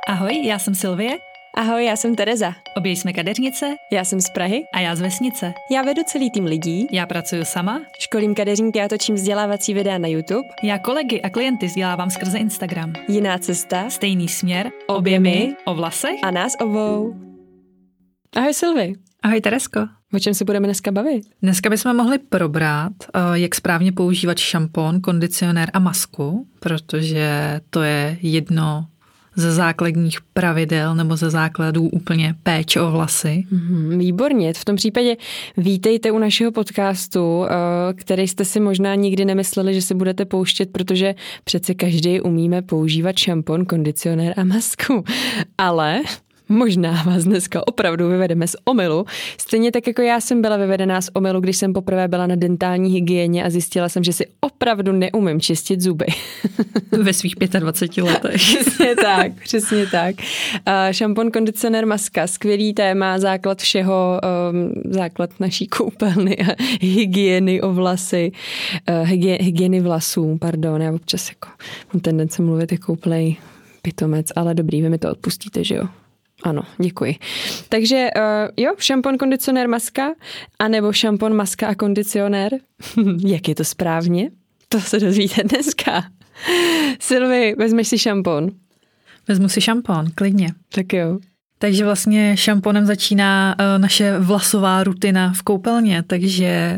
Ahoj, já jsem Sylvie. Ahoj, já jsem Tereza. Obě jsme kadeřnice. Já jsem z Prahy. A já z vesnice. Já vedu celý tým lidí. Já pracuji sama. Školím kadeřníky a točím vzdělávací videa na YouTube. Já kolegy a klienty vzdělávám skrze Instagram. Jiná cesta. Stejný směr. Obě my. O vlasech. A nás obou. Ahoj Sylvie. Ahoj Teresko. O čem se budeme dneska bavit? Dneska bychom mohli probrat, jak správně používat šampon, kondicionér a masku, protože to je jedno ze základních pravidel nebo ze základů úplně péče o vlasy. Výborně. V tom případě vítejte u našeho podcastu, který jste si možná nikdy nemysleli, že si budete pouštět, protože přece každý umíme používat šampon, kondicionér a masku. Ale možná vás dneska opravdu vyvedeme z omylu. Stejně tak, jako já jsem byla vyvedená z omylu, když jsem poprvé byla na dentální hygieně a zjistila jsem, že si opravdu neumím čistit zuby. Ve svých 25 letech. Přesně tak. Šampon, kondicionér, maska, skvělý téma, základ všeho, základ naší koupelny a hygieny o vlasy, hygieny vlasů, pardon, já občas jako mám tendence mluvit jako úplnej pitomec, ale dobrý, vy mi to odpustíte, že jo? Ano, děkuji. Takže šampon, kondicionér, maska, anebo šampon, maska a kondicionér. Jak je to správně? To se dozvíte dneska. Sylvie, vezmeš si šampon? Vezmu si šampon, klidně. Tak jo. Takže vlastně šamponem začíná naše vlasová rutina v koupelně, takže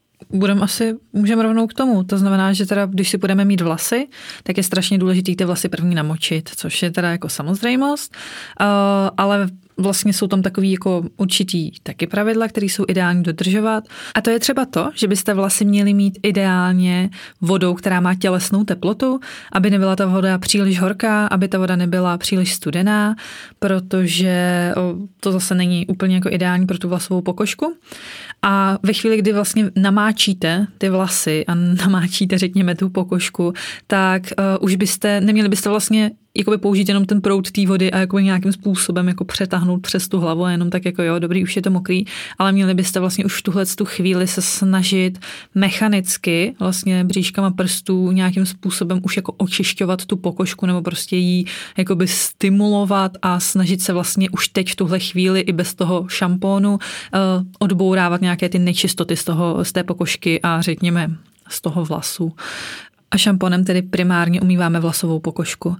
můžeme rovnou k tomu. To znamená, že teda, když si budeme mít vlasy, tak je strašně důležité ty vlasy první namočit, což je teda jako samozřejmost, ale vlastně jsou tam takový jako určitý taky pravidla, které jsou ideální dodržovat. A to je třeba to, že byste vlasy měli mít ideálně vodou, která má tělesnou teplotu, aby nebyla ta voda příliš horká, aby ta voda nebyla příliš studená, protože to zase není úplně jako ideální pro tu vlasovou pokožku. A ve chvíli, kdy vlastně namáčíte ty vlasy a namáčíte, řekněme, tu pokožku, tak už neměli byste vlastně jakoby použít jenom ten proud té vody a jakoby nějakým způsobem jako přetáhnout přes tu hlavu a jenom tak jako jo, dobrý, už je to mokrý, ale měli byste vlastně už v tu chvíli se snažit mechanicky vlastně bříškama prstů nějakým způsobem už jako očišťovat tu pokožku nebo prostě jí jakoby stimulovat a snažit se vlastně už teď v tuhle chvíli i bez toho šampónu odbourávat nějaké ty nečistoty z té pokožky a řekněme z toho vlasu. A šamponem tedy primárně umýváme vlasovou pokožku.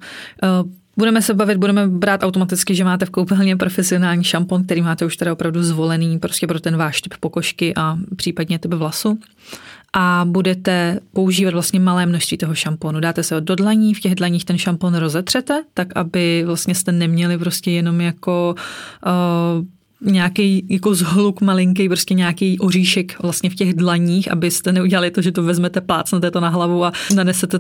Budeme brát automaticky, že máte v koupelně profesionální šampon, který máte už teda opravdu zvolený prostě pro ten váš typ pokožky a případně typ vlasu. A budete používat vlastně malé množství toho šamponu. Dáte se ho do dlaní, v těch dlaních ten šampon rozetřete, tak aby vlastně jste neměli prostě jenom jako nějaký jako zhluk malinký, prostě nějaký oříšek vlastně v těch dlaních, abyste neudělali to, že to vezmete, plácnete to na hlavu a nanesete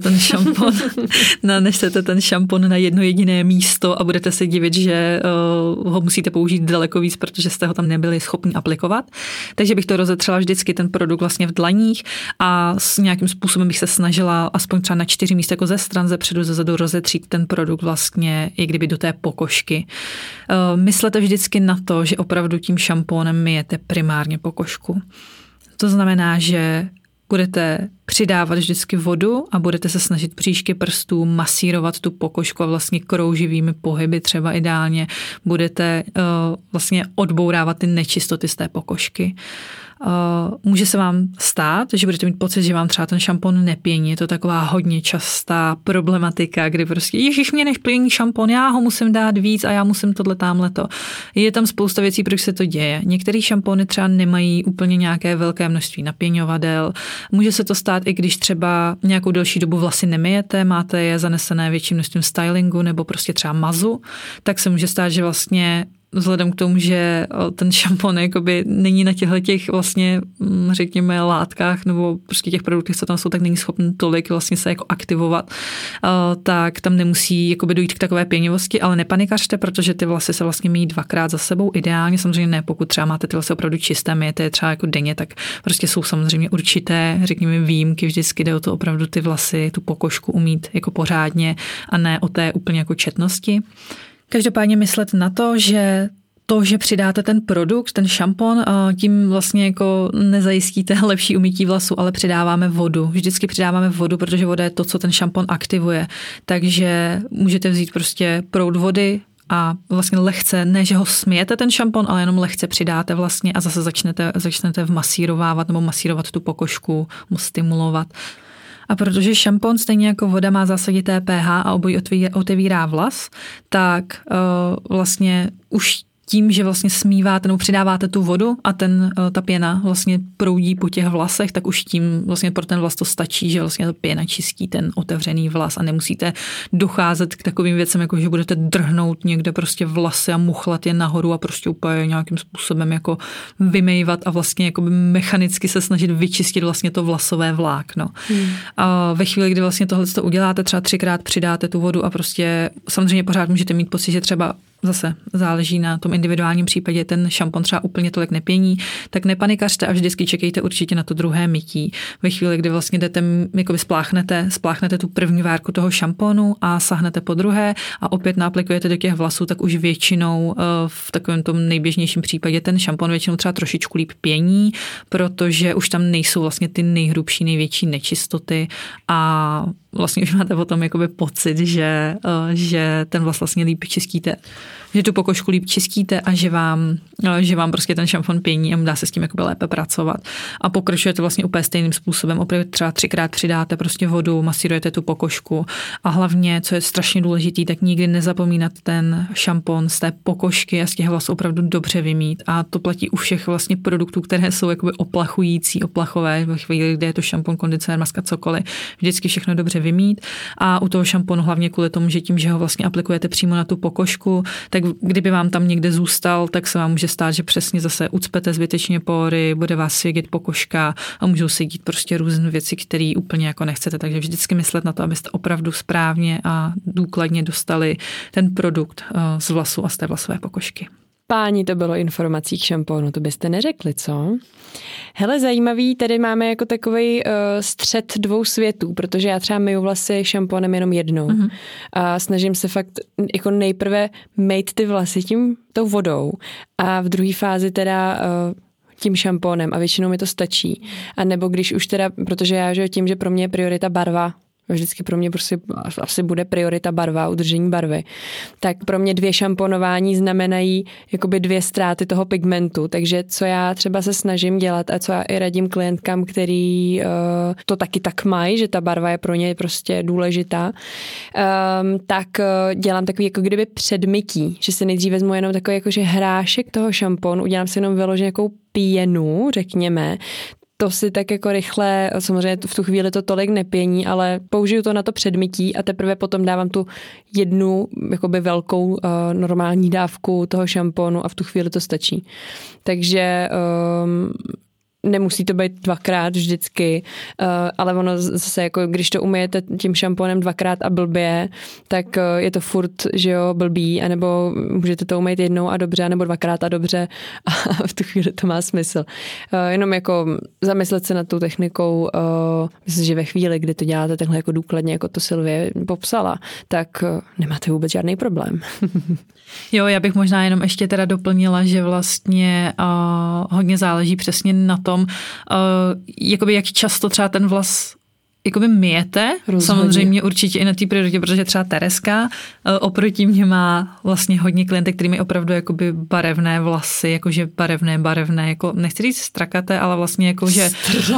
ten šampon na jedno jediné místo a budete se divit, že ho musíte použít daleko víc, protože jste ho tam nebyli schopni aplikovat. Takže bych to rozetřela vždycky ten produkt vlastně v dlaních a s nějakým způsobem bych se snažila aspoň třeba na 4 místa jako ze stran, ze předu, ze zadu rozetřít ten produkt vlastně i kdyby do té pokožky. Myslete vždycky na to, že opravdu tím šampónem myjete primárně pokožku. To znamená, že budete přidávat vždycky vodu a budete se snažit příšky prstů masírovat tu pokožku a vlastně krouživými pohyby třeba ideálně budete vlastně odbourávat ty nečistoty z té pokožky. Může se vám stát, že budete mít pocit, že vám třeba ten šampon nepění. Je to taková hodně častá problematika, kdy prostě ježiš, mě nepění šampon, já ho musím dát víc a já musím tohle támhleto. Je tam spousta věcí, proč se to děje. Některé šampony třeba nemají úplně nějaké velké množství napěňovadel. Může se to stát, i když třeba nějakou delší dobu vlasy nemyjete, máte je zanesené větším množstvím stylingu nebo prostě třeba mazu, tak se může stát, že vlastně vzhledem k tomu, že ten šampon jakoby není na těch vlastně, řekněme, látkách nebo prostě těch produktech, co tam jsou, tak není schopný tolik vlastně se jako aktivovat, tak tam nemusí jakoby dojít k takové pěnivosti, ale nepanikařte, protože ty vlasy se vlastně myjí 2krát za sebou, ideálně, samozřejmě ne, pokud třeba máte ty vlasy opravdu čisté, myjete je třeba jako denně, tak prostě jsou samozřejmě určité, řekněme, výjimky, vždycky jde o to opravdu ty vlasy, tu pokožku umít jako pořádně a ne o té úplně jako četnosti. Každopádně myslet na to, že přidáte ten produkt, ten šampon, tím vlastně jako nezajistíte lepší umytí vlasu, ale přidáváme vodu. Vždycky přidáváme vodu, protože voda je to, co ten šampon aktivuje. Takže můžete vzít prostě proud vody, a vlastně lehce, ne, že ho smijete ten šampon, ale jenom lehce přidáte vlastně a zase začnete vmasírovávat nebo masírovat tu pokožku, mu stimulovat. A protože šampon stejně jako voda má zásadité pH a obojí otevírá vlas, tak vlastně už tím, že vlastně smíváte nebo přidáváte tu vodu a ta pěna vlastně proudí po těch vlasech, tak už tím vlastně pro ten vlas to stačí, že vlastně ta pěna čistí ten otevřený vlas a nemusíte docházet k takovým věcem, jako že budete drhnout někde prostě vlasy a muchlat je nahoru a prostě úplně nějakým způsobem jako vymejvat a vlastně jako mechanicky se snažit vyčistit vlastně to vlasové vlákno. A ve chvíli, kdy vlastně tohle uděláte, třeba 3krát přidáte tu vodu a prostě samozřejmě pořád můžete mít pocit, že třeba zase záleží na tom individuálním případě, ten šampon třeba úplně tolik nepění, tak nepanikařte a vždycky čekejte určitě na to druhé mytí. Ve chvíli, kdy vlastně jdete, jakoby spláchnete tu první várku toho šamponu a sáhnete po druhé a opět naaplikujete do těch vlasů, tak už většinou v takovém tom nejběžnějším případě ten šampon většinou třeba trošičku líp pění, protože už tam nejsou vlastně ty nejhrubší, největší nečistoty a vlastně už máte potom jakoby pocit, že ten vlas vlastně líp čistíte, že tu pokožku líp čistíte a že vám prostě ten šampon pění a dá se s tím jakoby lépe pracovat. A pokračujete vlastně úplně stejným způsobem. Opět třeba 3krát přidáte prostě vodu, masírujete tu pokožku a hlavně, co je strašně důležitý, tak nikdy nezapomínat ten šampon z té pokožky a z těch vlasů opravdu dobře vymít. A to platí u všech vlastně produktů, které jsou jakoby oplachující, oplachové, ve chvíli, kde je to šampon, kondicionér, maska, cokoliv. Vždycky všechno dobře vymít a u toho šamponu hlavně kvůli tomu, že tím, že ho vlastně aplikujete přímo na tu pokožku, tak kdyby vám tam někde zůstal, tak se vám může stát, že přesně zase ucpete zbytečně pory, bude vás svědět pokožka a můžou se dít prostě různé věci, které úplně jako nechcete. Takže vždycky myslet na to, abyste opravdu správně a důkladně dostali ten produkt z vlasu a z té vlasové pokožky. Páni, to bylo informací k šampónu, to byste neřekli, co? Hele, zajímavý, tady máme jako takovej střed dvou světů, protože já třeba myju vlasy šampónem jenom jednou a snažím se fakt jako nejprve mejt ty vlasy tou vodou a v druhé fázi teda tím šampónem a většinou mi to stačí. A nebo když už teda, protože já že tím, že pro mě je priorita barva, vždycky pro mě prostě asi bude priorita barva, udržení barvy, tak pro mě 2 šamponování znamenají jakoby 2 ztráty toho pigmentu, takže co já třeba se snažím dělat a co já i radím klientkám, který to taky tak mají, že ta barva je pro ně prostě důležitá, tak dělám takový jako kdyby předmytí, že si nejdřív vezmu jenom takový jakože hrášek toho šamponu, udělám si jenom vyloženě nějakou pěnu, řekněme, to si tak jako rychle, samozřejmě v tu chvíli to tolik nepění, ale použiju to na to předmytí a teprve potom dávám tu jednu jakoby velkou normální dávku toho šampónu a v tu chvíli to stačí. Takže nemusí to být 2krát vždycky, ale ono zase jako, když to umyjete tím šampónem 2krát a blbě, tak je to furt, že jo, blbý, anebo můžete to umýt jednou a dobře, nebo 2krát a dobře a v tu chvíli to má smysl. Jenom jako zamyslet se nad tou technikou, myslím, že ve chvíli, kdy to děláte takhle jako důkladně, jako to Sylvie popsala, tak nemáte vůbec žádný problém. Jo, já bych možná jenom ještě teda doplnila, že vlastně hodně záleží přesně na tom, jakoby jak často třeba ten vlas jakoby myjete, rozhodně. Samozřejmě určitě i na té prioritě, protože třeba Tereska oproti mě má vlastně hodně klientek, který mají opravdu jakoby barevné vlasy, jakože barevné, jako nechci říct strakaté, ale vlastně jakože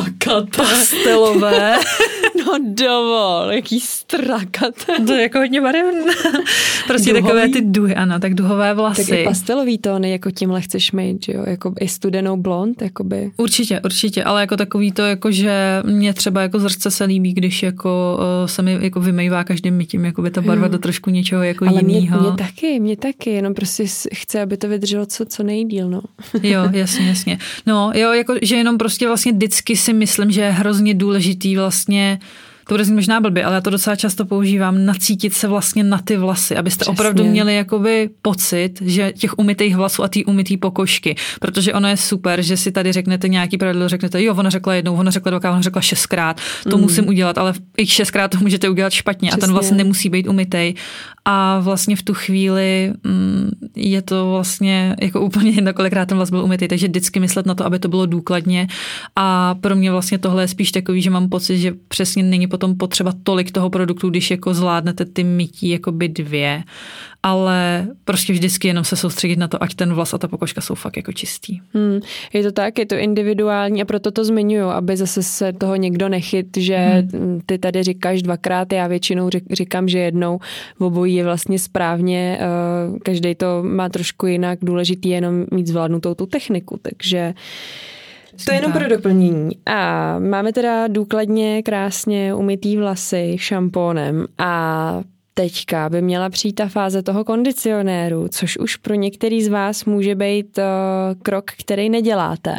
pastelové. No dovol, jaký strakaté. To je jako hodně barevné. Prostě duhový? Takové ty duhy, ano, tak duhové vlasy. Tak i pastelový tóny, jako tímhle chceš mít, že jo, jako i studenou blond, jakoby. Určitě, ale jako takový to, jako že mě třeba jako zrce se líbí, když jako se mi jako vymejvá každým mytím, jako by ta barva do trošku něčeho jako jinýho. Ale mě taky, jenom prostě chci, aby to vydrželo co nejdýl, no. Jo, jasně. No, jo, jako, že jenom prostě vlastně vždycky si myslím, že je hrozně důležitý vlastně, to bude znít možná blbě, ale já to docela často používám, nacítit se vlastně na ty vlasy, abyste přesně. Opravdu měli jakoby pocit, že těch umytých vlasů a té umytý pokožky, protože ono je super, že si tady řeknete nějaký pravidlo, řeknete, jo, ona řekla jednou, ona řekla 2krát, ona řekla 6krát, to musím udělat, ale i 6krát to můžete udělat špatně přesně. A ten vlastně nemusí být umytej a vlastně v tu chvíli je to vlastně jako úplně jedno, kolikrát ten vlas byl umytej, takže vždycky myslet na to, aby to bylo důkladně a pro mě vlastně tohle je spíš takový, že mám pocit, že přesně není potřeba potom potřeba tolik toho produktu, když jako zvládnete ty mytí jakoby 2, ale prostě vždycky jenom se soustředit na to, ať ten vlas a ta pokožka jsou fakt jako čistý. Je to tak, je to individuální a proto to zmiňuju, aby zase se toho někdo nechyt, že ty tady říkáš 2krát, já většinou říkám, že jednou, obojí je vlastně správně, každý to má trošku jinak, důležitý je jenom mít zvládnutou tu techniku, takže to je jenom pro doplnění. A máme teda důkladně, krásně umytý vlasy šampónem a teďka by měla přijít ta fáze toho kondicionéru, což už pro některý z vás může být krok, který neděláte.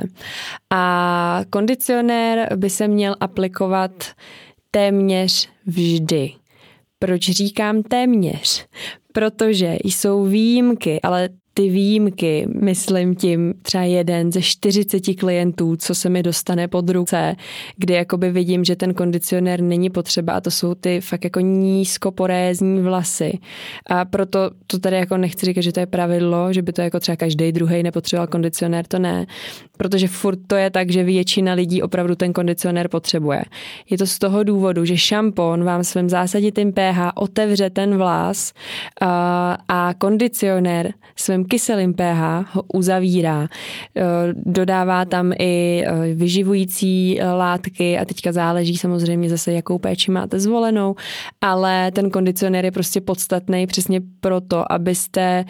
A kondicionér by se měl aplikovat téměř vždy. Proč říkám téměř? Protože jsou výjimky, ale ty výjimky, myslím tím třeba 1 ze 40 klientů, co se mi dostane pod ruce, kdy jakoby vidím, že ten kondicionér není potřeba a to jsou ty fakt jako nízkoporézní vlasy. A proto to tady jako nechci říkat, že to je pravidlo, že by to jako třeba každý druhý nepotřeboval kondicionér, to ne. Protože furt to je tak, že většina lidí opravdu ten kondicionér potřebuje. Je to z toho důvodu, že šampon vám svým zásaditým pH otevře ten vlas a kondicionér svým kyselým pH ho uzavírá. Dodává tam i vyživující látky a teďka záleží samozřejmě zase, jakou péči máte zvolenou, ale ten kondicionér je prostě podstatný přesně proto, abyste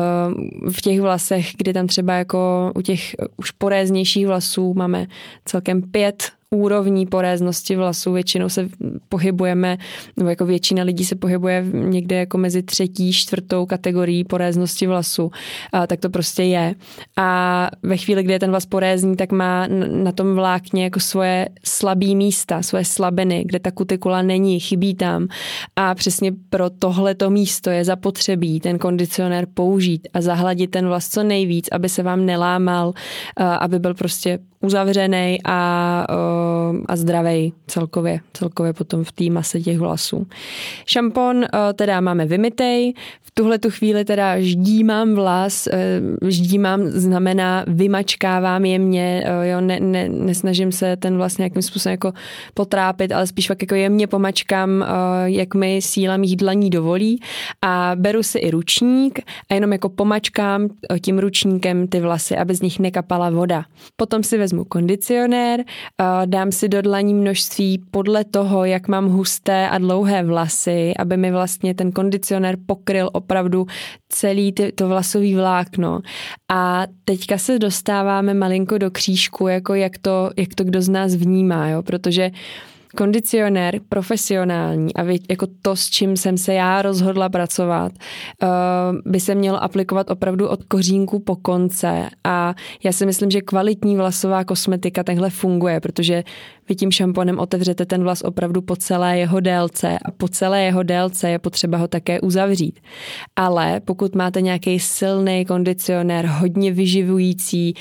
v těch vlasech, kdy tam třeba jako u těch už poréznějších vlasů máme celkem 5 úrovní poréznosti vlasů. Většinou se pohybujeme, nebo jako většina lidí se pohybuje někde jako mezi 3., 4. kategorií poréznosti vlasu. Tak to prostě je. A ve chvíli, kdy je ten vlas porézní, tak má na tom vlákně jako svoje slabý místa, svoje slabiny, kde ta kutikula není, chybí tam. A přesně pro tohleto místo je zapotřebí ten kondicionér použít a zahladit ten vlas co nejvíc, aby se vám nelámal, aby byl prostě uzavřenej a zdravej celkově potom v té mase těch vlasů. Šampon teda máme vymytej, v tuhletu chvíli teda ždímám vlas, ždímám znamená vymačkávám jemně, jo, nesnažím se ten vlas nějakým způsobem jako potrápit, ale spíš fakt jako jemně pomačkám, jak mi síla mých dlaní dovolí a beru si i ručník a jenom jako pomačkám tím ručníkem ty vlasy, aby z nich nekapala voda. Potom si vezmu kondicionér, dám si do dlaní množství podle toho, jak mám husté a dlouhé vlasy, aby mi vlastně ten kondicionér pokryl opravdu celý to vlasový vlákno. A teďka se dostáváme malinko do křížku, jako jak to kdo z nás vnímá, jo? Protože kondicionér profesionální a jako to, s čím jsem se já rozhodla pracovat, by se mělo aplikovat opravdu od kořínku po konce a já si myslím, že kvalitní vlasová kosmetika takhle funguje, protože vy tím šamponem otevřete ten vlas opravdu po celé jeho délce a po celé jeho délce je potřeba ho také uzavřít. Ale pokud máte nějaký silný kondicionér, hodně vyživující,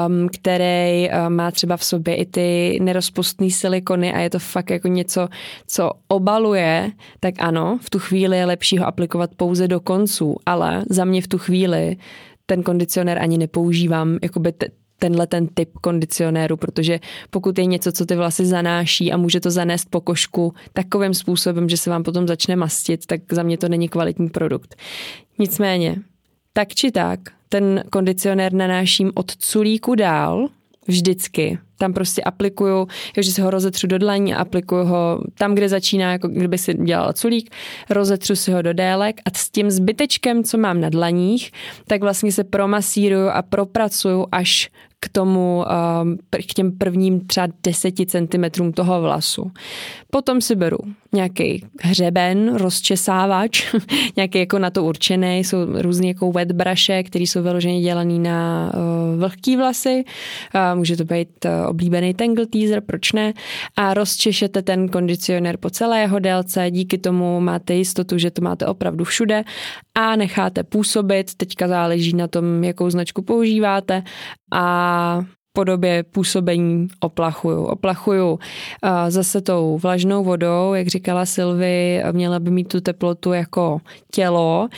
který má třeba v sobě i ty nerozpustný silikony a je to fakt jako něco, co obaluje, tak ano, v tu chvíli je lepší ho aplikovat pouze do konců, ale za mě v tu chvíli ten kondicionér ani nepoužívám, jakoby ten typ kondicionéru, protože pokud je něco, co ty vlasy zanáší a může to zanést pokožku takovým způsobem, že se vám potom začne mastit, tak za mě to není kvalitní produkt. Nicméně, tak či tak, ten kondicionér nanáším od culíku dál, vždycky. Tam prostě aplikuju, že si ho rozetřu do dlaní a aplikuju ho tam, kde začíná, jako kdyby si dělala culík, rozetřu si ho do délek a s tím zbytečkem, co mám na dlaních, tak vlastně se promasíruju a propracuju až k těm prvním třeba 10 cm toho vlasu. Potom si beru nějaký hřeben, rozčesávač, nějaký jako na to určený, jsou různý jako wet bruše, který jsou vyloženě dělaný na vlhký vlasy. Může to být oblíbený Tangle Teaser, proč ne? A rozčešete ten kondicionér po celé jeho délce, díky tomu máte jistotu, že to máte opravdu všude a necháte působit. Teďka záleží na tom, jakou značku používáte a podobě působení oplachuju zase tou vlažnou vodou, jak říkala Sylvie, měla by mít tu teplotu jako tělo.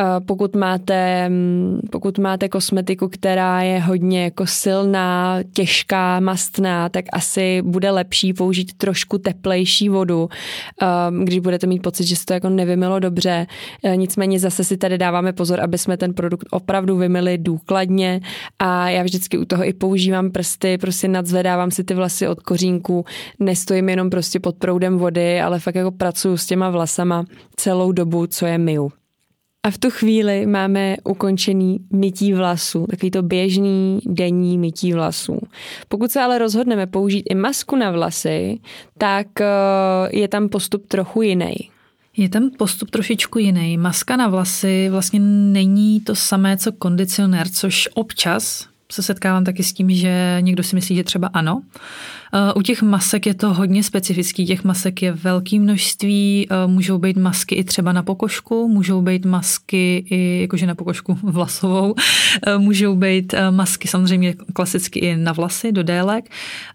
Pokud máte kosmetiku, která je hodně jako silná, těžká, mastná, tak asi bude lepší použít trošku teplejší vodu, když budete mít pocit, že se to jako nevymylo dobře. Nicméně zase si tady dáváme pozor, aby jsme ten produkt opravdu vymyli důkladně a já vždycky u toho i používám prsty, prostě nadzvedávám si ty vlasy od kořínku, nestojím jenom prostě pod proudem vody, ale fakt jako pracuju s těma vlasama celou dobu, co je myju. A v tu chvíli máme ukončený mytí vlasů, takový to běžný denní mytí vlasů. Pokud se ale rozhodneme použít i masku na vlasy, tak je tam postup trochu jiný. Je tam postup trošičku jiný. Maska na vlasy vlastně není to samé, co kondicionér, což občas se setkávám taky s tím, že někdo si myslí, že třeba ano. U těch masek je to hodně specifický, těch masek je velké množství, můžou být masky i třeba na pokožku, můžou být masky i jakože na pokožku vlasovou, můžou být masky samozřejmě klasicky i na vlasy, do délek.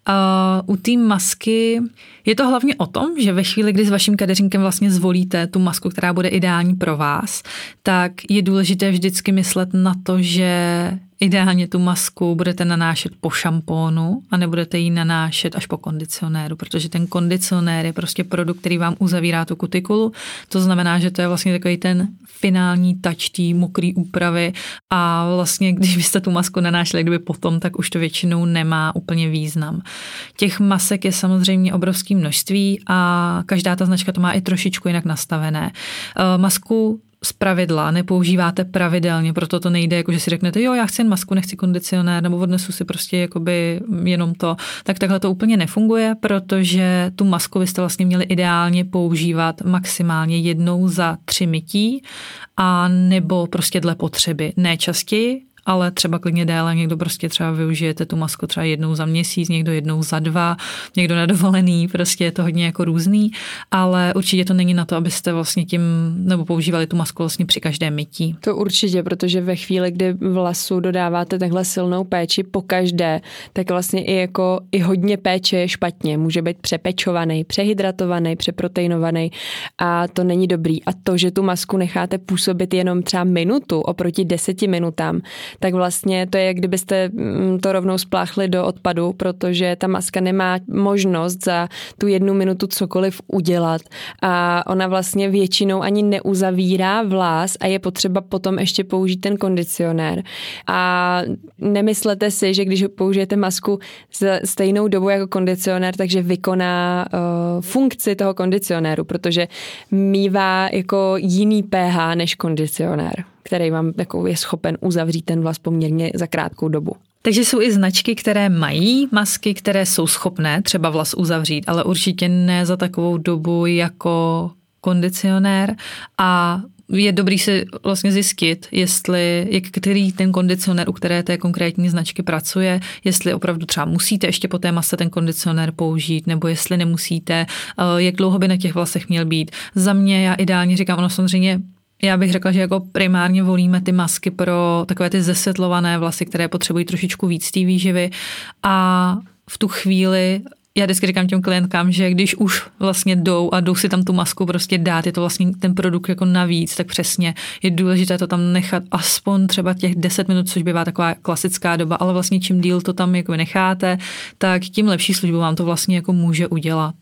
U té masky je to hlavně o tom, že ve chvíli, kdy s vaším kadeřínkem vlastně zvolíte tu masku, která bude ideální pro vás, tak je důležité vždycky myslet na to, že ideálně tu masku budete nanášet po šampónu a nebudete ji nanášet až po kondicionéru, protože ten kondicionér je prostě produkt, který vám uzavírá tu kutikulu. To znamená, že to je vlastně takový ten finální touch té mokrý úpravy a vlastně, když byste tu masku nanášeli kdyby potom, tak už to většinou nemá úplně význam. Těch masek je samozřejmě obrovské množství a každá ta značka to má i trošičku jinak nastavené. Masku z pravidla nepoužíváte pravidelně, proto to nejde, jako že si řeknete, jo, já chci jen masku, nechci kondicionér, nebo odnesu si prostě jakoby jenom to, tak takhle to úplně nefunguje, protože tu masku byste vlastně měli ideálně používat maximálně jednou za 3 mytí a nebo prostě dle potřeby, ne častěji, ale třeba klidně déle, někdo prostě třeba využijete tu masku třeba jednou za měsíc, někdo jednou za 2, někdo na dovolený, prostě je to hodně jako různý, ale určitě to není na to, abyste vlastně tím, nebo používali tu masku vlastně při každém mytí. To určitě, protože ve chvíli, kdy vlasu dodáváte takhle silnou péči po každé, tak vlastně i hodně péče je špatně. Může být přepečovaný, přehydratovaný, přeproteinovaný a to není dobrý. A to, že tu masku necháte působit jenom třeba minutu oproti 10 minutám, tak vlastně to je, jak kdybyste to rovnou spláchli do odpadu, protože ta maska nemá možnost za tu 1 minutu cokoliv udělat a ona vlastně většinou ani neuzavírá vlas a je potřeba potom ještě použít ten kondicionér. A nemyslete si, že když použijete masku za stejnou dobu jako kondicionér, takže vykoná funkci toho kondicionéru, protože mívá jako jiný pH než kondicionér, který vám jako je schopen uzavřít ten vlas poměrně za krátkou dobu. Takže jsou i značky, které mají masky, které jsou schopné třeba vlas uzavřít, ale určitě ne za takovou dobu jako kondicionér a je dobrý si vlastně zjistit, který ten kondicionér, u které té konkrétní značky pracuje, jestli opravdu třeba musíte ještě po té mase ten kondicionér použít, nebo jestli nemusíte, jak dlouho by na těch vlasech měl být. Za mě, já ideálně říkám, ono samozřejmě, já bych řekla, že jako primárně volíme ty masky pro takové ty zesetlované vlasy, které potřebují trošičku víc té výživy a v tu chvíli já vždycky říkám těm klientkám, že když už vlastně jdou si tam tu masku prostě dát, je to vlastně ten produkt jako navíc, tak přesně je důležité to tam nechat aspoň třeba těch 10 minut, což bývá taková klasická doba, ale vlastně čím díl to tam jako necháte, tak tím lepší službu vám to vlastně jako může udělat.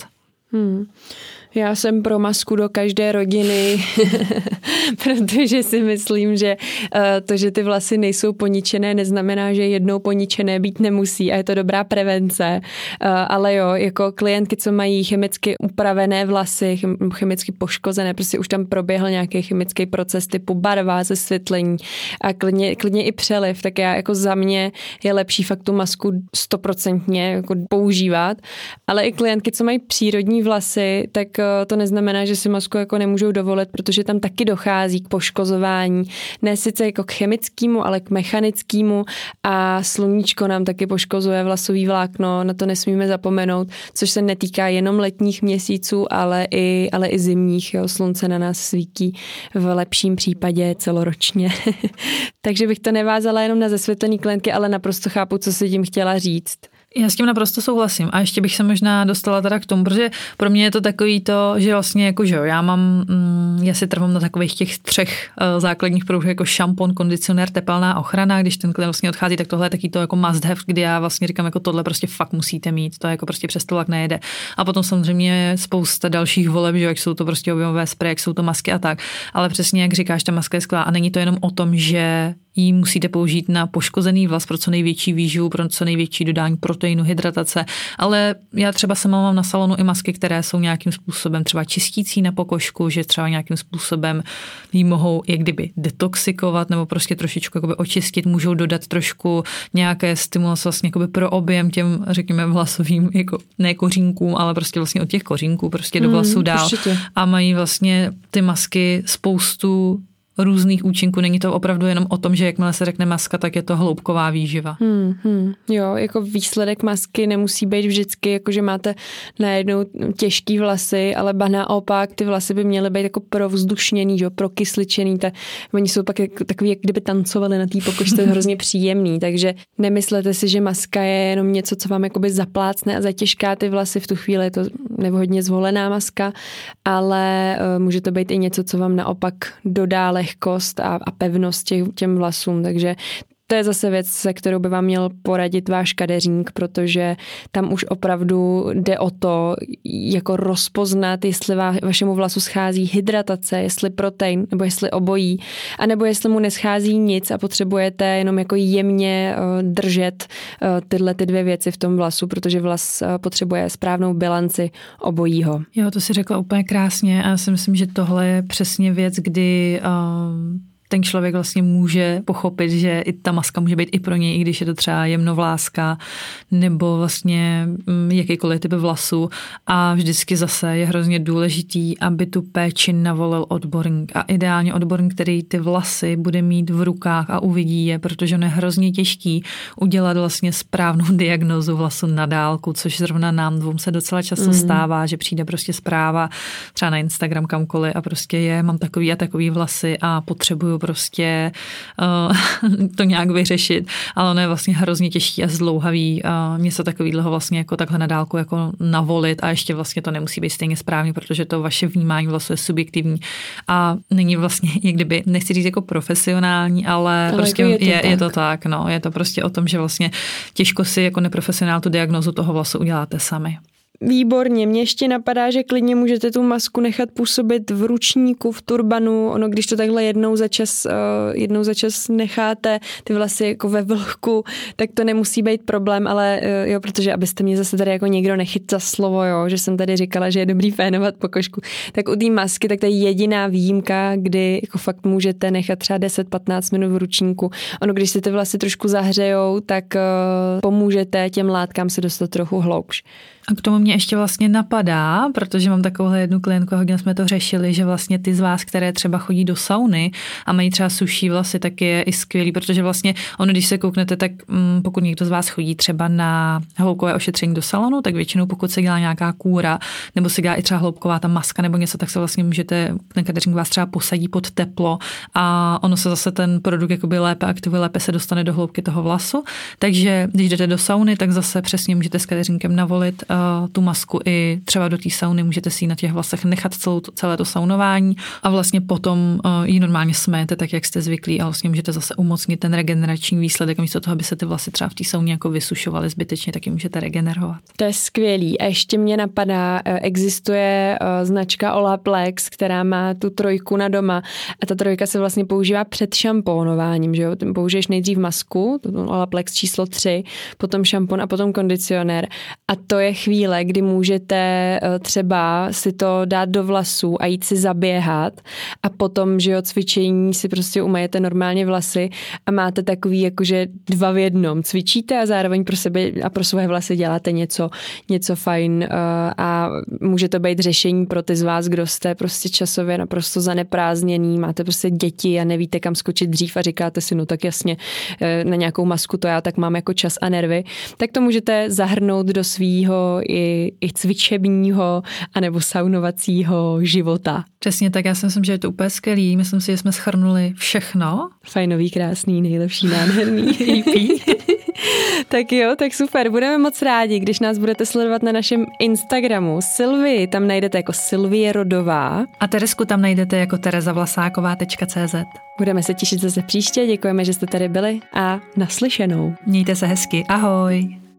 Já jsem pro masku do každé rodiny, protože si myslím, že to, že ty vlasy nejsou poničené, neznamená, že jednou poničené být nemusí a je to dobrá prevence. Ale jo, jako klientky, co mají chemicky upravené vlasy, chemicky poškozené, prostě už tam proběhl nějaký chemický proces typu barva, zesvětlení a klidně i přeliv, tak já jako za mě je lepší fakt tu masku 100% jako používat. Ale i klientky, co mají přírodní vlasy, tak to neznamená, že si masku jako nemůžou dovolit, protože tam taky dochází k poškozování. Ne sice jako k chemickému, ale k mechanickému a sluníčko nám taky poškozuje vlasový vlákno, na to nesmíme zapomenout, což se netýká jenom letních měsíců, ale i zimních. Jo. Slunce na nás svítí v lepším případě celoročně. Takže bych to nevázala jenom na zesvětlený klientky, ale naprosto chápu, co si tím chtěla říct. Já s tím naprosto souhlasím a ještě bych se možná dostala teda k tomu, protože pro mě je to takový to, že vlastně jako, že jo, já si trvám na takových těch 3 základních produktech jako šampon, kondicionér, tepelná ochrana, když ten klient vlastně odchází, tak tohle je taky to jako must have, kdy já vlastně říkám, jako tohle prostě fakt musíte mít, to jako prostě přes to vlak nejede. A potom samozřejmě spousta dalších voleb, že jak jsou to prostě objemové spreje, jak jsou to masky a tak, ale přesně jak říkáš, ta maska je skvělá a není to jenom o tom, že ji musíte použít na poškozený vlas pro co největší výživu, pro co největší dodání proteinu, hydratace, ale já třeba sama mám na salonu i masky, které jsou nějakým způsobem třeba čistící na pokožku, že třeba nějakým způsobem jí mohou jak kdyby detoxikovat nebo prostě trošičku jakoby očistit, můžou dodat trošku nějaké stimulace vlastně jakoby pro objem těm, řekněme, vlasovým, jako ne kořínkům, ale prostě vlastně od těch kořínků prostě do vlasů dál. Určitě. A mají vlastně ty masky spoustu různých účinků. Není to opravdu jenom o tom, že jakmile se řekne maska, tak je to hloubková výživa. Jo, jako výsledek masky nemusí být vždycky, jako že máte najednou těžký vlasy, ale ba naopak ty vlasy by měly být jako provzdušněný, že? Prokysličený. Oni jsou pak takový, jak kdyby tancovali na té pokožce, hrozně příjemný, takže nemyslete si, že maska je jenom něco, co vám jakoby zaplácne a zatěžká ty vlasy, v tu chvíli je to nevhodně zvolená maska, ale může to být i něco, co vám naopak dodá lehkost a pevnost těm vlasům, takže to je zase věc, se kterou by vám měl poradit váš kadeřník, protože tam už opravdu jde o to, jako rozpoznat, jestli vašemu vlasu schází hydratace, jestli protein, nebo jestli obojí, anebo jestli mu neschází nic a potřebujete jenom jako jemně držet tyhle ty 2 věci v tom vlasu, protože vlas potřebuje správnou bilanci obojího. Jo, to si řekla úplně krásně a já si myslím, že tohle je přesně věc, kdy ten člověk vlastně může pochopit, že i ta maska může být i pro něj, i když je to třeba jemnovláska nebo vlastně jakýkoliv typ vlasu. A vždycky zase je hrozně důležitý, aby tu péči navolil odborník. A ideálně odborník, který ty vlasy bude mít v rukách a uvidí je, protože on je hrozně těžký udělat vlastně správnou diagnózu vlasu na dálku, což zrovna nám 2 se docela často stává, že přijde prostě zpráva třeba na Instagram kamkoliv a prostě mám takový a takový vlasy a potřebuju prostě to nějak vyřešit, ale ono je vlastně hrozně těžký a zdlouhavý něco takového vlastně jako takhle na dálku jako navolit a ještě vlastně to nemusí být stejně správně, protože to vaše vnímání vlasu je subjektivní a není vlastně, jak kdyby, nechci říct jako profesionální, ale prostě je to tak, no, je to prostě o tom, že vlastně těžko si jako neprofesionál tu diagnózu toho vlasu uděláte sami. Výborně, mě ještě napadá, že klidně můžete tu masku nechat působit v ručníku, v turbanu, ono když to takhle jednou za čas necháte ty vlasy jako ve vlhku, tak to nemusí být problém, ale jo, protože abyste mě zase tady jako někdo nechyt za slovo, jo, že jsem tady říkala, že je dobrý fénovat pokožku, tak u té masky, tak to je jediná výjimka, kdy jako fakt můžete nechat třeba 10-15 minut v ručníku. Ono, když se ty vlasy trošku zahřejou, tak pomůžete těm látkám se dostat trochu hloubš. A k tomu mě ještě vlastně napadá, protože mám takovouhle jednu klientku, hodně jsme to řešili, že vlastně ty z vás, které třeba chodí do sauny a mají třeba suší vlasy, tak je i skvělý, protože vlastně ono, když se kouknete, tak pokud někdo z vás chodí třeba na hloubkové ošetření do salonu, tak většinou pokud se dělá nějaká kůra, nebo se dělá i třeba hloubková ta maska nebo něco, tak se vlastně můžete, ten kadeřník vás třeba posadí pod teplo a ono se zase ten produkt jakoby lépe aktivuje, lépe se dostane do hloubky toho vlasu. Takže když jdete do sauny, tak zase přesně můžete s kadeřníkem navolit tu masku i třeba do té sauny, můžete si ji na těch vlasech nechat celé to saunování a vlastně potom ji normálně smejete tak, jak jste zvyklí a vlastně můžete zase umocnit ten regenerační výsledek a místo toho, aby se ty vlasy třeba v té sauně jako vysušovaly zbytečně, tak ji můžete regenerovat. To je skvělý. A ještě mě napadá, existuje značka Olaplex, která má tu 3 na doma a ta 3 se vlastně používá před šampónováním, že jo? Použiješ nejdřív masku, Olaplex číslo 3, potom šampon a potom kondicionér a to je chvíle, kdy můžete třeba si to dát do vlasů a jít si zaběhat a potom, že jo, cvičení si prostě umejete normálně vlasy a máte takový jakože 2 v 1. Cvičíte a zároveň pro sebe a pro svoje vlasy děláte něco fajn a může to být řešení pro ty z vás, kdo jste prostě časově naprosto zaneprázdněný, máte prostě děti a nevíte, kam skočit dřív a říkáte si, no tak jasně, na nějakou masku to já tak mám jako čas a nervy, tak to můžete zahrnout do svýho i cvičebního anebo saunovacího života. Přesně tak, já si myslím, že je to úplně skvělý. Myslím si, že jsme shrnuli všechno. Fajnový, krásný, nejlepší, nádherný. Tak jo, tak super. Budeme moc rádi, když nás budete sledovat na našem Instagramu. Sylvii tam najdete jako Sylvie Rodová. A Teresku tam najdete jako terezavlasáková.cz. Budeme se těšit zase příště, děkujeme, že jste tady byli a naslyšenou. Mějte se hezky, ahoj.